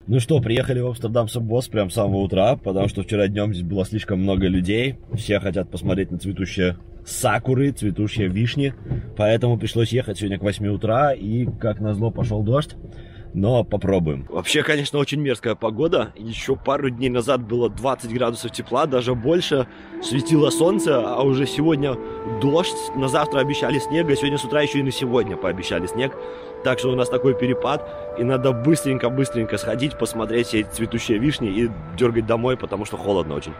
Ну что, приехали в Амстердам Саббос прям с самого утра, потому что вчера днем здесь было слишком много людей. Все хотят посмотреть на цветущие сакуры, цветущие вишни. Поэтому пришлось ехать сегодня к 8 утра, и, как назло, пошел дождь. Но попробуем. Вообще, конечно, очень мерзкая погода. Еще пару дней назад было 20 градусов тепла, даже больше. Светило солнце, а уже сегодня дождь. На завтра обещали снег, а сегодня с утра еще и на сегодня пообещали снег. Так что у нас такой перепад, и надо быстренько сходить, посмотреть все эти цветущие вишни и дергать домой, потому что холодно очень.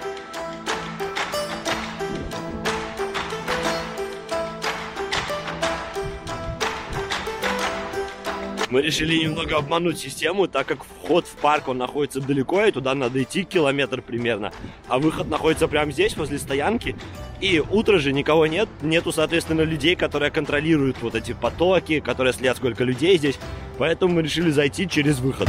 Мы решили немного обмануть систему, так как вход в парк, он находится далеко, и туда надо идти километр примерно. А выход находится прямо здесь, возле стоянки. И утро же, никого нет, нету, соответственно, людей, которые контролируют вот эти потоки, которые следят, сколько людей здесь. Поэтому мы решили зайти через выход.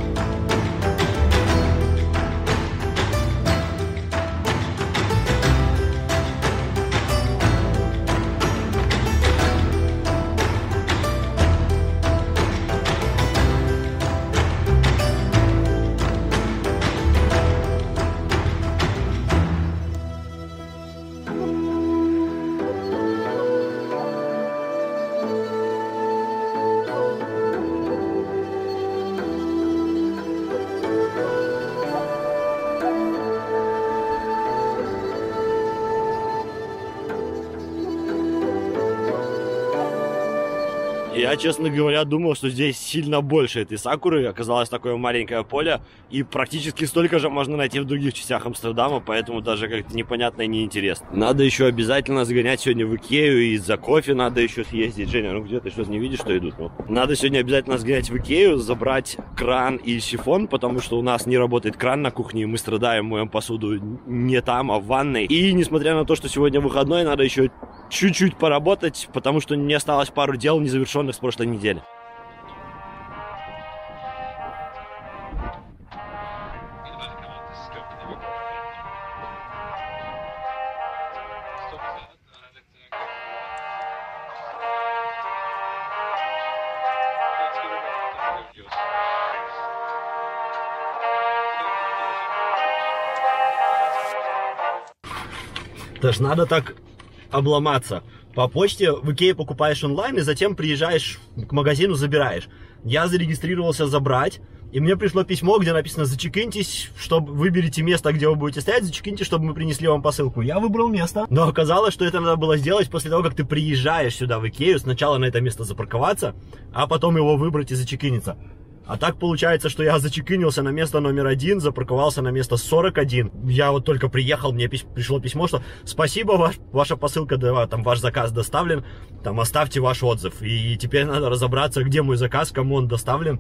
Я, честно говоря, думал, что здесь сильно больше этой сакуры. Оказалось такое маленькое поле, и практически столько же можно найти в других частях Амстердама, поэтому даже как-то непонятно и неинтересно. Надо еще обязательно сгонять сегодня в Икею, и за кофе надо еще съездить. Женя, ну где ты что-то не видишь, что идут? Ну, надо сегодня обязательно сгонять в Икею, забрать кран и сифон, потому что у нас не работает кран на кухне, и мы страдаем, моем посуду не там, а в ванной. И несмотря на то, что сегодня выходной, надо еще чуть-чуть поработать, потому что не осталось пару дел незавершенных с прошлой недели. Даже надо так обломаться. По почте в Икее покупаешь онлайн и затем приезжаешь к магазину, забираешь. Я зарегистрировался забрать, и мне пришло письмо, где написано: зачекиньтесь, чтобы выберите место, где вы будете стоять, зачекиньтесь, чтобы мы принесли вам посылку. Я выбрал место, но оказалось, что это надо было сделать после того, как ты приезжаешь сюда в Икею, сначала на это место запарковаться, а потом его выбрать и зачекиниться. А так получается, что я зачекинился на место номер 1, запарковался на место 41. Я вот только приехал, мне пришло письмо, что спасибо, ваша посылка, там ваш заказ доставлен, там оставьте ваш отзыв. И теперь надо разобраться, где мой заказ, кому он доставлен.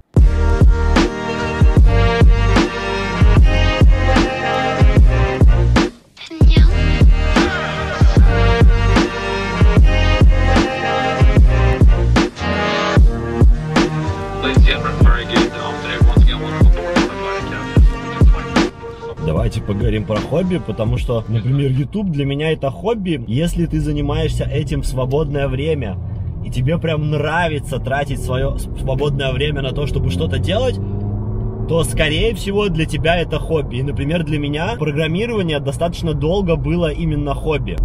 Давайте поговорим про хобби, потому что, например, YouTube для меня это хобби. Если ты занимаешься этим в свободное время, и тебе прям нравится тратить свое свободное время на то, чтобы что-то делать, то, скорее всего, для тебя это хобби. И, например, для меня программирование достаточно долго было именно хобби.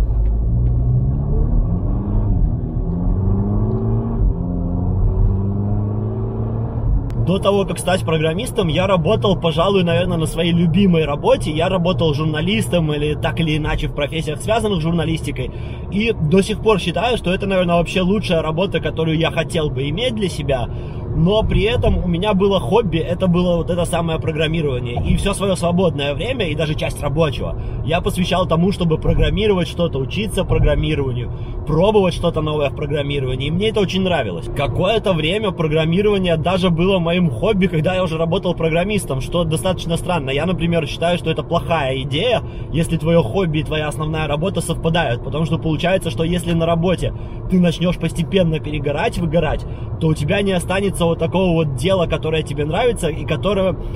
До того, как стать программистом, я работал, пожалуй, наверное, на своей любимой работе. Я работал журналистом или так или иначе в профессиях, связанных с журналистикой. И до сих пор считаю, что это, наверное, вообще лучшая работа, которую я хотел бы иметь для себя. Но при этом у меня было хобби, это было вот это самое программирование. И все свое свободное время, и даже часть рабочего, я посвящал тому, чтобы программировать что-то, учиться программированию, пробовать что-то новое в программировании. И мне это очень нравилось. Какое-то время программирование даже было моим хобби, когда я уже работал программистом, что достаточно странно. Я, например, считаю, что это плохая идея, если твое хобби и твоя основная работа совпадают. Потому что получается, что если на работе ты начнешь постепенно выгорать, то у тебя не останется вот такого вот дела, которое тебе нравится и которое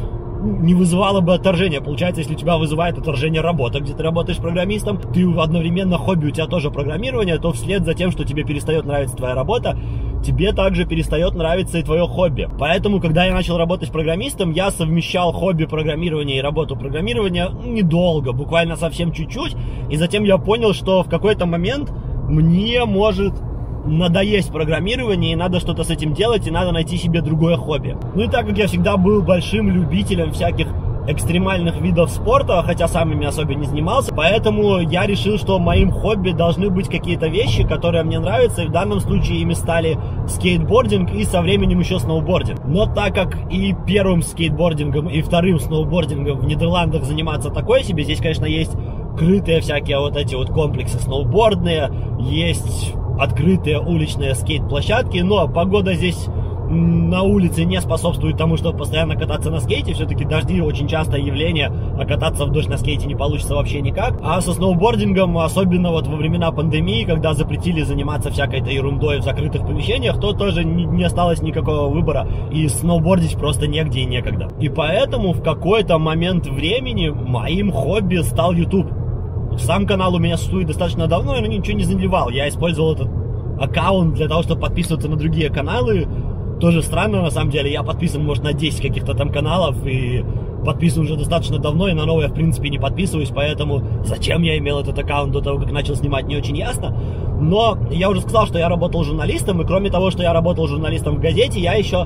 не вызывало бы отторжения. Получается, если у тебя вызывает отторжение работа, где ты работаешь программистом, ты одновременно хобби, у тебя тоже программирование, то вслед за тем, что тебе перестает нравиться твоя работа, тебе также перестает нравиться и твое хобби. Поэтому, когда я начал работать программистом, я совмещал хобби программирования и работу программирования недолго, буквально совсем чуть-чуть, и затем я понял, что в какой-то момент мне может надоесть программирование, и надо что-то с этим делать, и надо найти себе другое хобби. Ну и так как я всегда был большим любителем всяких экстремальных видов спорта, хотя сам ими особо не занимался, поэтому я решил, что моим хобби должны быть какие-то вещи, которые мне нравятся, и в данном случае ими стали скейтбординг и со временем еще сноубординг. Но так как и первым скейтбордингом, и вторым сноубордингом в Нидерландах заниматься такое себе, здесь, конечно, есть крытые всякие вот эти вот комплексы сноубордные, есть открытые уличные скейт-площадки, но погода здесь на улице не способствует тому, чтобы постоянно кататься на скейте. Все-таки дожди очень частое явление, а кататься в дождь на скейте не получится вообще никак. А со сноубордингом, особенно вот во времена пандемии, когда запретили заниматься всякой-то ерундой в закрытых помещениях, то тоже не осталось никакого выбора, и сноубордить просто негде и некогда. И поэтому в какой-то момент времени моим хобби стал YouTube. Сам канал у меня существует достаточно давно, но ничего не заливал. Я использовал этот аккаунт для того, чтобы подписываться на другие каналы. Тоже странно, на самом деле. Я подписан, может, на 10 каких-то там каналов, и подписан уже достаточно давно, и на новые, в принципе, не подписываюсь, поэтому зачем я имел этот аккаунт до того, как начал снимать, не очень ясно. Но я уже сказал, что я работал журналистом, и кроме того, что я работал журналистом в газете, я еще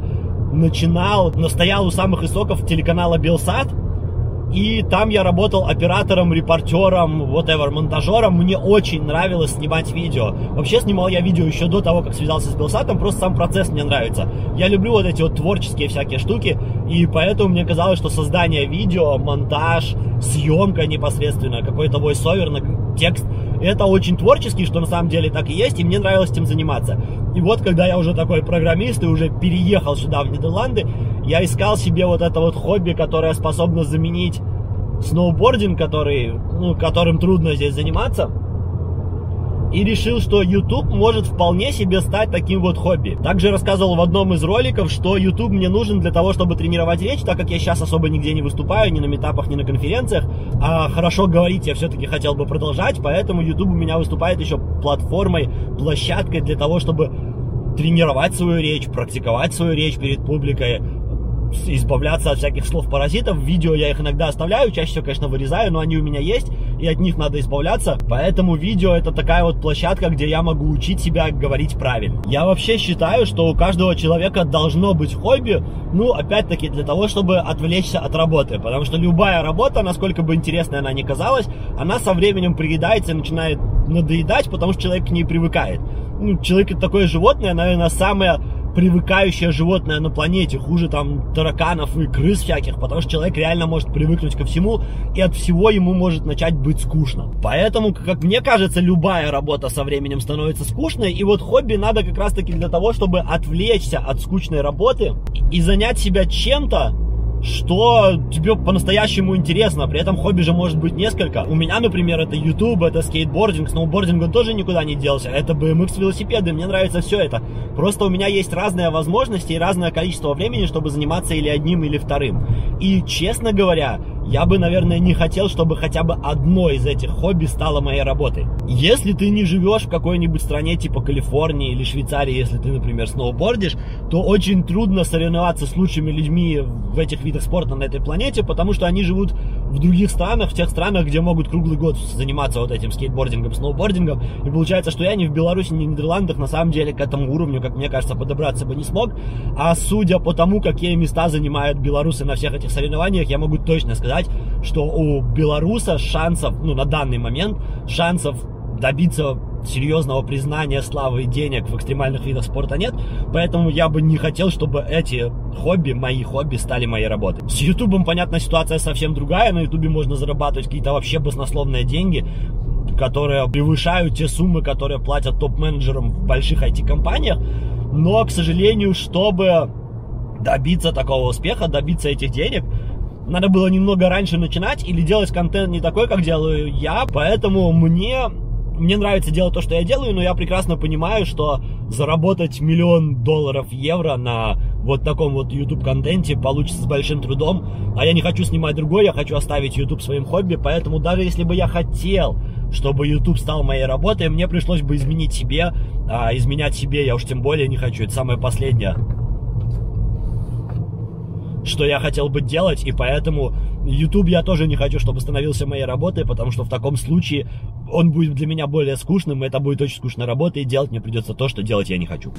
настоял у самых истоков телеканала Белсат. И там я работал оператором, репортером, whatever, монтажером. Мне очень нравилось снимать видео. Вообще снимал я видео еще до того, как связался с Белсатом. Просто сам процесс мне нравится. Я люблю вот эти вот творческие всякие штуки. И поэтому мне казалось, что создание видео, монтаж, съемка непосредственно, какой-то войс-овер на текст, это очень творческий, что на самом деле так и есть. И мне нравилось этим заниматься. И вот когда я уже такой программист и уже переехал сюда, в Нидерланды, я искал себе вот это вот хобби, которое способно заменить сноубординг, которым трудно здесь заниматься. И решил, что YouTube может вполне себе стать таким вот хобби. Также рассказывал в одном из роликов, что YouTube мне нужен для того, чтобы тренировать речь, так как я сейчас особо нигде не выступаю, ни на митапах, ни на конференциях. А хорошо говорить я все-таки хотел бы продолжать, поэтому YouTube у меня выступает еще платформой, площадкой для того, чтобы тренировать свою речь, практиковать свою речь перед публикой, избавляться от всяких слов-паразитов. Видео я их иногда оставляю, чаще всего, конечно, вырезаю, но они у меня есть, и от них надо избавляться. Поэтому видео — это такая вот площадка, где я могу учить себя говорить правильно. Я вообще считаю, что у каждого человека должно быть хобби, опять-таки, для того, чтобы отвлечься от работы. Потому что любая работа, насколько бы интересной она ни казалась, она со временем приедается и начинает надоедать, потому что человек к ней привыкает. Человек — это такое животное, наверное, самое привыкающее животное на планете, хуже там тараканов и крыс всяких, потому что человек реально может привыкнуть ко всему, и от всего ему может начать быть скучно. Поэтому, как мне кажется, любая работа со временем становится скучной, и вот хобби надо как раз-таки для того, чтобы отвлечься от скучной работы и занять себя чем-то, что тебе по-настоящему интересно. При этом хобби же может быть несколько. У меня, например, это YouTube, это скейтбординг, сноубординг, он тоже никуда не делся. Это BMX-велосипеды, мне нравится все это. Просто у меня есть разные возможности и разное количество времени, чтобы заниматься или одним, или вторым. И, честно говоря, я бы, наверное, не хотел, чтобы хотя бы одно из этих хобби стало моей работой. Если ты не живешь в какой-нибудь стране типа Калифорнии или Швейцарии, если ты, например, сноубордишь, то очень трудно соревноваться с лучшими людьми в этих видах спорта на этой планете, потому что они живут в других странах, в тех странах, где могут круглый год заниматься вот этим скейтбордингом, сноубордингом. И получается, что я ни в Беларуси, ни в Нидерландах на самом деле к этому уровню, как мне кажется, подобраться бы не смог. А судя по тому, какие места занимают белорусы на всех этих соревнованиях, я могу точно сказать, что у белоруса шансов, на данный момент, шансов добиться серьезного признания, славы и денег в экстремальных видах спорта нет, поэтому я бы не хотел, чтобы эти хобби, мои хобби, стали моей работой. С Ютубом, понятно, ситуация совсем другая, на Ютубе можно зарабатывать какие-то вообще баснословные деньги, которые превышают те суммы, которые платят топ-менеджерам в больших IT-компаниях, но, к сожалению, чтобы добиться такого успеха, добиться этих денег, надо было немного раньше начинать или делать контент не такой, как делаю я, поэтому мне мне нравится делать то, что я делаю, но я прекрасно понимаю, что заработать $1 миллион, евро на вот таком вот YouTube-контенте получится с большим трудом, а я не хочу снимать другой, я хочу оставить YouTube своим хобби, поэтому даже если бы я хотел, чтобы YouTube стал моей работой, мне пришлось бы изменить себе, а изменять себе я уж тем более не хочу, это самое последнее, что я хотел бы делать, и поэтому YouTube я тоже не хочу, чтобы становился моей работой, потому что в таком случае он будет для меня более скучным, и это будет очень скучная работа, и делать мне придется то, что делать я не хочу.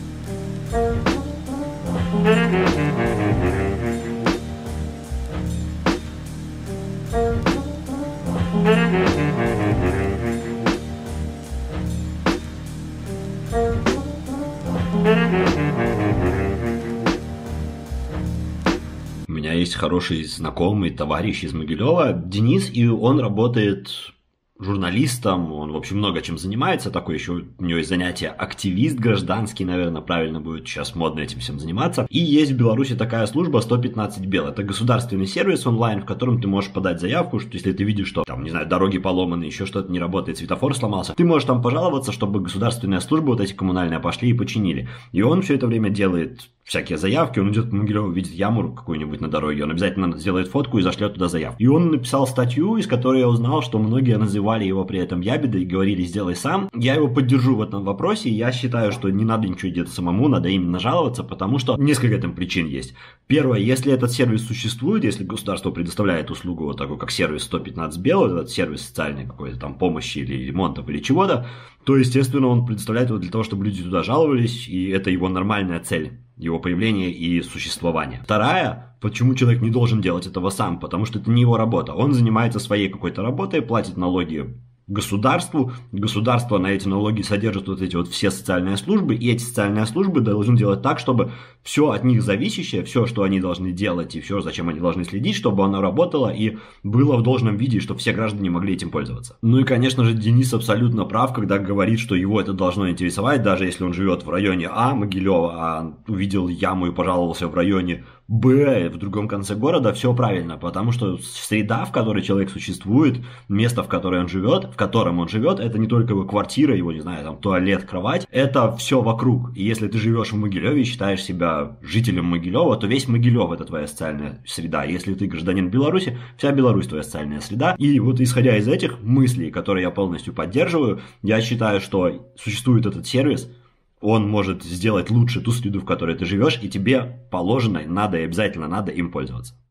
У меня есть хороший знакомый, товарищ из Могилева, Денис, и он работает журналистом, он, в общем, много чем занимается, такой еще у него есть занятие активист гражданский, наверное, правильно будет сейчас модно этим всем заниматься. И есть в Беларуси такая служба 115 Бел, это государственный сервис онлайн, в котором ты можешь подать заявку, что если ты видишь, что там, не знаю, дороги поломаны, еще что-то не работает, светофор сломался, ты можешь там пожаловаться, чтобы государственные службы вот эти коммунальные пошли и починили. И он все это время делает всякие заявки, он идет по Могилеву, видит яму какую-нибудь на дороге, он обязательно сделает фотку и зашлет туда заявку. И он написал статью, из которой я узнал, что многие называли его при этом ябедой и говорили «сделай сам». Я его поддержу в этом вопросе, и я считаю, что не надо ничего делать самому, надо именно жаловаться, потому что несколько там причин есть. Первое, если этот сервис существует, если государство предоставляет услугу вот такой, как сервис 115 Бел, этот сервис социальной какой-то там помощи или ремонтов или чего-то, то, естественно, он предоставляет его для того, чтобы люди туда жаловались, и это его нормальная цель, его появление и существование. Вторая, почему человек не должен делать этого сам, потому что это не его работа. Он занимается своей какой-то работой, платит налоги государству, государство на эти налоги содержит вот эти вот все социальные службы, и эти социальные службы должны делать так, чтобы все от них зависящее, все, что они должны делать и все, зачем они должны следить, чтобы оно работало и было в должном виде, и чтобы все граждане могли этим пользоваться. Ну и, конечно же, Денис абсолютно прав, когда говорит, что его это должно интересовать, даже если он живет в районе А, Могилева, а увидел яму и пожаловался в районе Б, в другом конце города, все правильно, потому что среда, в которой человек существует, место, в котором он живет, это не только его квартира, его, не знаю, там, туалет, кровать, это все вокруг. И если ты живешь в Могилеве и считаешь себя жителем Могилева, то весь Могилев — это твоя социальная среда. Если ты гражданин Беларуси, вся Беларусь — твоя социальная среда. И вот исходя из этих мыслей, которые я полностью поддерживаю, я считаю, что существует этот сервис, он может сделать лучше ту среду, в которой ты живешь, и тебе положено, надо и обязательно надо им пользоваться.